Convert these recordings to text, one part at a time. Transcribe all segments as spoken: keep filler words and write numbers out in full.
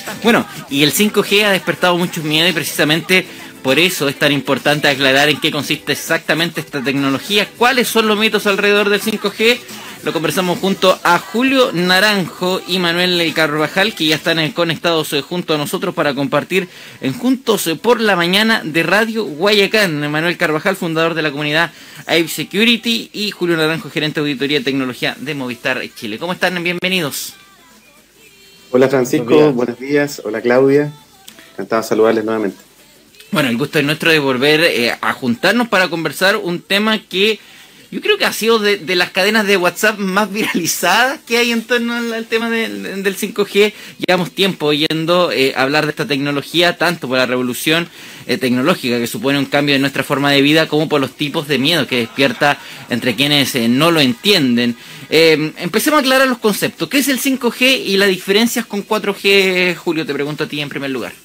Bueno, y el cinco G ha despertado muchos miedos y precisamente por eso es tan importante aclarar en qué consiste exactamente esta tecnología, cuáles son los mitos alrededor del cinco G. Lo conversamos junto a Julio Naranjo y Manuel Carvajal, que ya están conectados junto a nosotros para compartir en Juntos por la Mañana de Radio Guayacán. Manuel Carvajal, fundador de la comunidad A I B Security, y Julio Naranjo, gerente de auditoría y tecnología de Movistar Chile. ¿Cómo están? Bienvenidos. Hola Francisco, buenos días. Buenos días. Hola Claudia, encantado de saludarles nuevamente. Bueno, el gusto es nuestro de volver eh, a juntarnos para conversar un tema que yo creo que ha sido de, de las cadenas de WhatsApp más viralizadas que hay en torno al, al tema de, del cinco G. Llevamos tiempo oyendo eh, hablar de esta tecnología, tanto por la revolución eh, tecnológica que supone un cambio en nuestra forma de vida, como por los tipos de miedo que despierta entre quienes eh, no lo entienden. Eh, empecemos a aclarar los conceptos. ¿Qué es el cinco G y las diferencias con cuatro G? Julio, te pregunto a ti en primer lugar.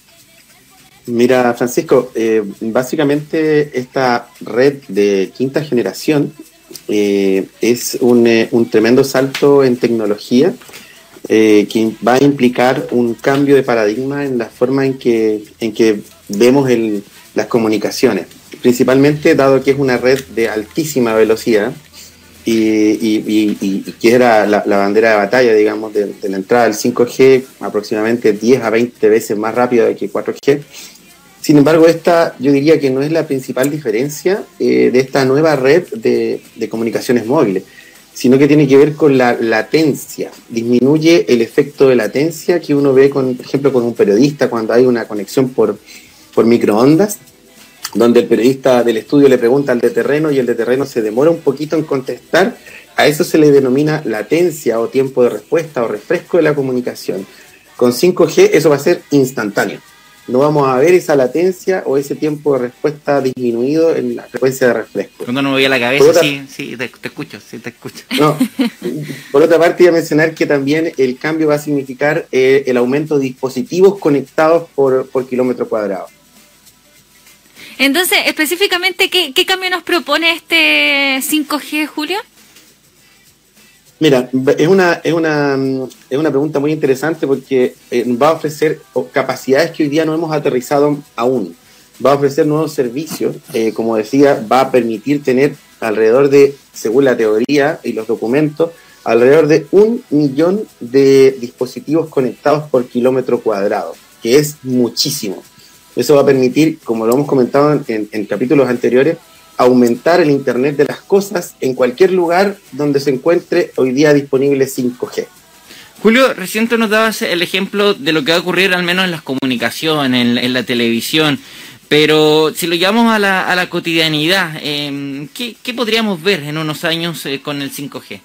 Mira, Francisco, eh, básicamente esta red de quinta generación eh, es un, eh, un tremendo salto en tecnología eh, que va a implicar un cambio de paradigma en la forma en que, en que vemos el, las comunicaciones, principalmente dado que es una red de altísima velocidad y, y, y, y que era la, la bandera de batalla, digamos, de, de la entrada del cinco G, aproximadamente diez a veinte veces más rápida que cuatro G. Sin embargo, esta yo diría que no es la principal diferencia eh, de esta nueva red de, de comunicaciones móviles, sino que tiene que ver con la latencia. Disminuye el efecto de latencia que uno ve, con, por ejemplo, con un periodista cuando hay una conexión por, por microondas, donde el periodista del estudio le pregunta al de terreno y el de terreno se demora un poquito en contestar. A eso se le denomina latencia o tiempo de respuesta o refresco de la comunicación. Con cinco G eso va a ser instantáneo. No vamos a ver esa latencia o ese tiempo de respuesta disminuido en la frecuencia de refresco. Cuando no me movía la cabeza, otra, sí, sí, te, te escucho, sí, te escucho. No, por otra parte, iba a mencionar que también el cambio va a significar eh, el aumento de dispositivos conectados por, por kilómetro cuadrado. Entonces, específicamente, ¿qué, qué cambio nos propone este cinco G, Julio? Mira, es una, es una, es una pregunta muy interesante porque eh, va a ofrecer capacidades que hoy día no hemos aterrizado aún. Va a ofrecer nuevos servicios, eh, como decía, va a permitir tener alrededor de, según la teoría y los documentos, alrededor de un millón de dispositivos conectados por kilómetro cuadrado, que es muchísimo. Eso va a permitir, como lo hemos comentado en, en capítulos anteriores, aumentar el Internet de las cosas en cualquier lugar donde se encuentre hoy día disponible cinco G. Julio, recién tú nos dabas el ejemplo de lo que va a ocurrir al menos en las comunicaciones, en, en la televisión, pero si lo llevamos a la, a la cotidianidad, eh, ¿qué, ¿qué podríamos ver en unos años eh, con el cinco G?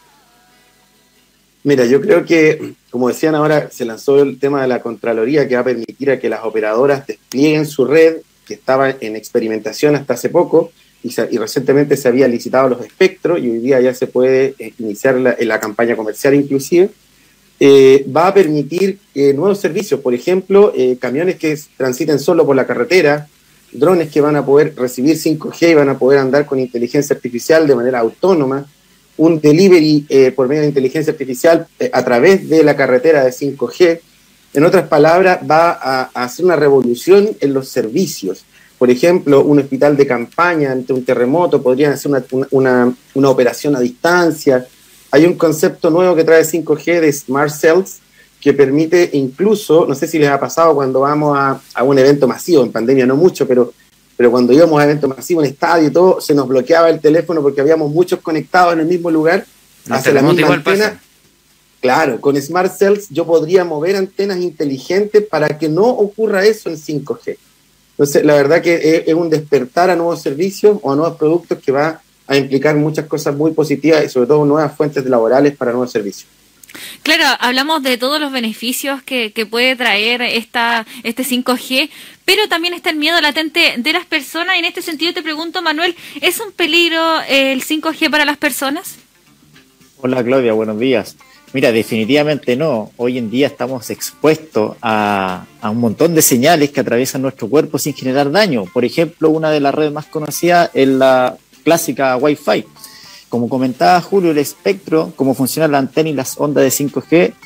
Mira, yo creo que, como decían ahora, se lanzó el tema de la Contraloría que va a permitir a que las operadoras desplieguen su red, que estaba en experimentación hasta hace poco, y, se, y recientemente se había licitado los espectros, y hoy día ya se puede eh, iniciar la, la campaña comercial inclusive. Eh, va a permitir eh, nuevos servicios, por ejemplo, eh, camiones que transiten solo por la carretera, drones que van a poder recibir cinco G y van a poder andar con inteligencia artificial de manera autónoma, un delivery eh, por medio de inteligencia artificial eh, a través de la carretera de cinco G. En otras palabras, va a, a hacer una revolución en los servicios. Por ejemplo, un hospital de campaña ante un terremoto podrían hacer una, una, una operación a distancia. Hay un concepto nuevo que trae cinco G de Smart Cells que permite incluso, no sé si les ha pasado cuando vamos a, a un evento masivo, en pandemia no mucho, pero, pero cuando íbamos a eventos masivos en estadio y todo, se nos bloqueaba el teléfono porque habíamos muchos conectados en el mismo lugar. Hacia la misma antena. Pasa. Claro, con Smart Cells yo podría mover antenas inteligentes para que no ocurra eso en cinco G. Entonces, la verdad que es un despertar a nuevos servicios o a nuevos productos que va a implicar muchas cosas muy positivas y sobre todo nuevas fuentes laborales para nuevos servicios. Claro, hablamos de todos los beneficios que, que puede traer esta este cinco G, pero también está el miedo latente de las personas. En este sentido te pregunto, Manuel, ¿es un peligro el cinco G para las personas? Hola Claudia, buenos días. Mira, definitivamente no. Hoy en día estamos expuestos a, a un montón de señales que atraviesan nuestro cuerpo sin generar daño. Por ejemplo, una de las redes más conocidas es la clásica Wi-Fi. Como comentaba Julio, el espectro, cómo funciona la antena y las ondas de cinco G,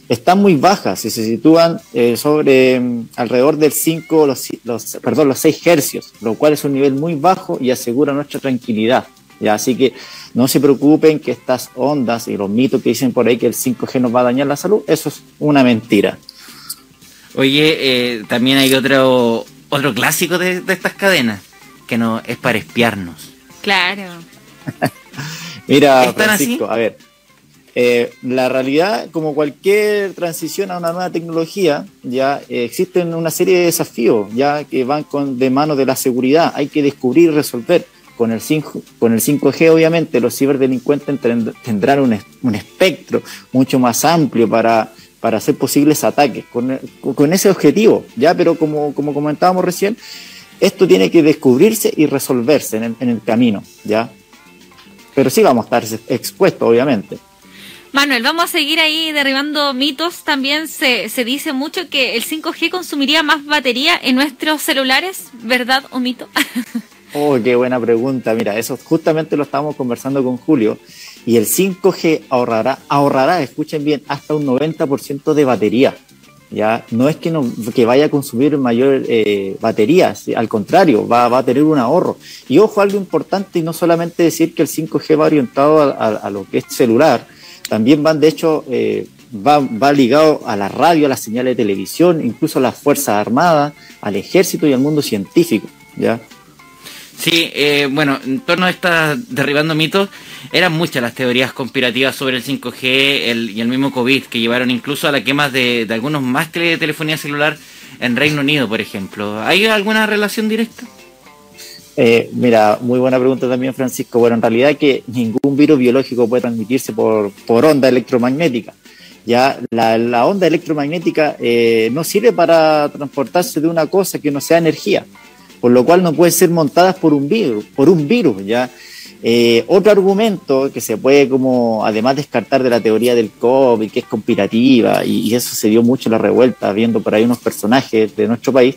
están muy bajas y se sitúan eh, sobre um, alrededor del cinco, los, los, perdón, los seis hercios, lo cual es un nivel muy bajo y asegura nuestra tranquilidad. ¿Ya? Así que no se preocupen que estas ondas y los mitos que dicen por ahí que el cinco G nos va a dañar la salud, eso es una mentira. Oye, eh, también hay otro otro clásico de, de estas cadenas, que no es para espiarnos. Claro. Mira, Francisco, así? a ver, eh, la realidad, como cualquier transición a una nueva tecnología, ya eh, existen una serie de desafíos ya que van con de mano de la seguridad, hay que descubrir y resolver. Con el cinco, con el cinco G, obviamente, los ciberdelincuentes tendrán un, un espectro mucho más amplio para, para hacer posibles ataques, con, con ese objetivo, ¿ya? Pero como, como comentábamos recién, esto tiene que descubrirse y resolverse en el, en el camino, ¿ya? Pero sí vamos a estar expuestos, obviamente. Manuel, vamos a seguir ahí derribando mitos. También se, se dice mucho que el cinco G consumiría más batería en nuestros celulares, ¿verdad o mito? Oh, qué buena pregunta. Mira, eso justamente lo estábamos conversando con Julio. Y el cinco G ahorrará, ahorrará, escuchen bien, hasta un noventa por ciento de batería. Ya no es que, no, que vaya a consumir mayor eh, batería, ¿sí? Al contrario, va, va a tener un ahorro. Y ojo, algo importante, y no solamente decir que el cinco G va orientado a, a, a lo que es celular, también van, de hecho, eh, va, va ligado a la radio, a las señales de televisión, incluso a las Fuerzas Armadas, al ejército y al mundo científico, ¿ya? Sí, eh, bueno, en torno a estas derribando mitos, eran muchas las teorías conspirativas sobre el cinco G el, y el mismo COVID, que llevaron incluso a la quema de, de algunos mástiles de telefonía celular en Reino Unido, por ejemplo. ¿Hay alguna relación directa? Eh, mira, muy buena pregunta también, Francisco. Bueno, en realidad que ningún virus biológico puede transmitirse por, por onda electromagnética. Ya la, la onda electromagnética eh, no sirve para transportarse de una cosa que no sea energía, por lo cual no pueden ser montadas por un virus, por un virus, ¿ya? Eh, otro argumento que se puede como además descartar de la teoría del COVID, que es conspirativa, y, y eso se dio mucho en la revuelta, viendo por ahí unos personajes de nuestro país,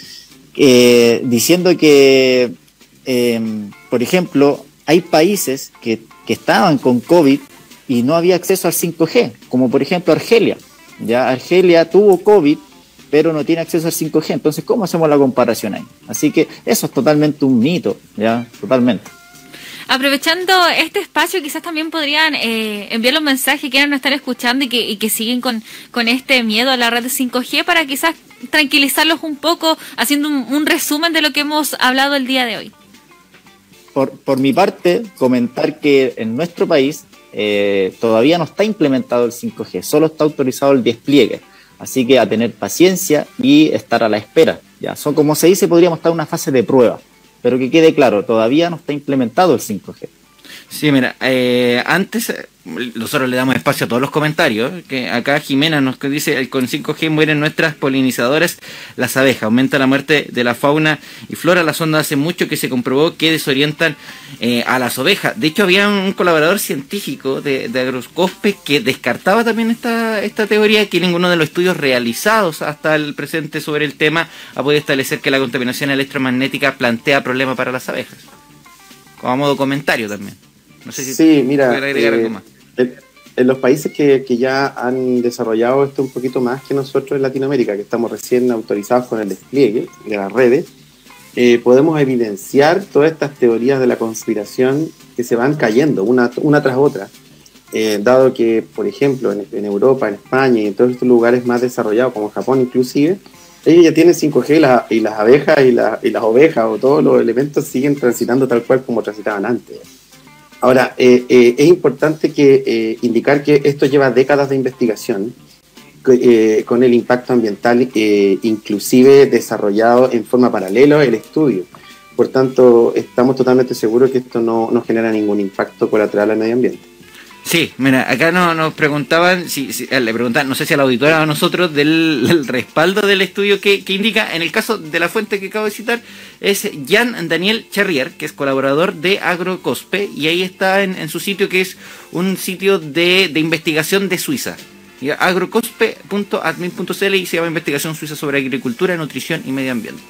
eh, diciendo que, eh, por ejemplo, hay países que, que estaban con COVID y no había acceso al cinco G, como por ejemplo Argelia, ¿ya? Argelia tuvo COVID, pero no tiene acceso al cinco G. Entonces, ¿cómo hacemos la comparación ahí? Así que eso es totalmente un mito, ¿ya? Totalmente. Aprovechando este espacio, quizás también podrían eh, enviar un mensaje que quieran estar escuchando y que, y que siguen con, con este miedo a la red de cinco G para quizás tranquilizarlos un poco, haciendo un, un resumen de lo que hemos hablado el día de hoy. Por, por mi parte, comentar que en nuestro país eh, todavía no está implementado el cinco G, solo está autorizado el despliegue. Así que a tener paciencia y estar a la espera. Ya, son, como se dice, podríamos estar en una fase de prueba, pero que quede claro, todavía no está implementado el cinco G. Sí, mira, eh, antes nosotros le damos espacio a todos los comentarios, que acá Jimena nos dice, con cinco G mueren nuestras polinizadoras, las abejas, aumenta la muerte de la fauna y flora, las ondas hace mucho que se comprobó que desorientan eh, a las ovejas. De hecho, había un colaborador científico de, de Agrocospe que descartaba también esta, esta teoría, que ninguno de los estudios realizados hasta el presente sobre el tema ha podido establecer que la contaminación electromagnética plantea problemas para las abejas. Como a modo comentario también. No sé si sí, mira, agregar eh, algo más. En, en los países que, que ya han desarrollado esto un poquito más que nosotros en Latinoamérica, que estamos recién autorizados con el despliegue de las redes, eh, podemos evidenciar todas estas teorías de la conspiración que se van cayendo una, una tras otra, eh, dado que, por ejemplo, en, en Europa, en España y en todos estos lugares más desarrollados, como Japón inclusive, ellos ya tienen cinco G y, la, y las abejas y, la, y las ovejas o todos los elementos siguen transitando tal cual como transitaban antes. Ahora, eh, eh, es importante que eh, indicar que esto lleva décadas de investigación eh, con el impacto ambiental eh, inclusive desarrollado en forma paralela al estudio. Por tanto, estamos totalmente seguros que esto no, no genera ningún impacto colateral al medio ambiente. Sí, mira, acá no, nos preguntaban, si, si, le preguntaban, no sé si a la auditora o a nosotros, del, del respaldo del estudio que, que indica, en el caso de la fuente que acabo de citar, es Jean Daniel Charrier, que es colaborador de Agrocospe, y ahí está en, en su sitio, que es un sitio de, de investigación de Suiza. agrocospe punto admin punto c l y se llama Investigación Suiza sobre Agricultura, Nutrición y Medio Ambiente.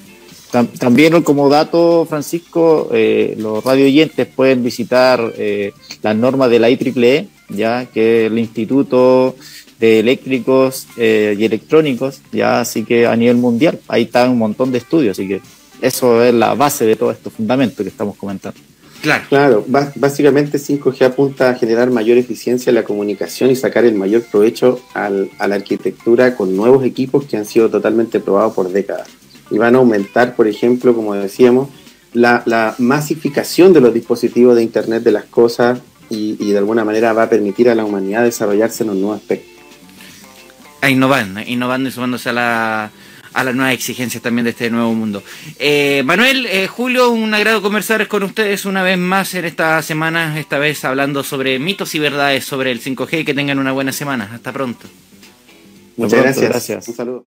También como dato, Francisco, eh, los radio oyentes pueden visitar eh, las normas de la I triple E, ya que el Instituto de eléctricos eh, y electrónicos, ya así que a nivel mundial, ahí está un montón de estudios, así que eso es la base de todos estos fundamentos que estamos comentando. Claro, claro. Básicamente cinco G apunta a generar mayor eficiencia en la comunicación y sacar el mayor provecho al, a la arquitectura con nuevos equipos que han sido totalmente probados por décadas. Y van a aumentar, por ejemplo, como decíamos, la, la masificación de los dispositivos de Internet de las cosas y, y de alguna manera va a permitir a la humanidad desarrollarse en un nuevo aspecto. A innovando, innovando y sumándose a la... a las nuevas exigencias también de este nuevo mundo. Eh, Manuel, eh, Julio, un agrado conversar con ustedes una vez más en esta semana, esta vez hablando sobre mitos y verdades sobre el cinco G. Que tengan una buena semana. Hasta pronto. Muchas gracias. gracias. Un saludo.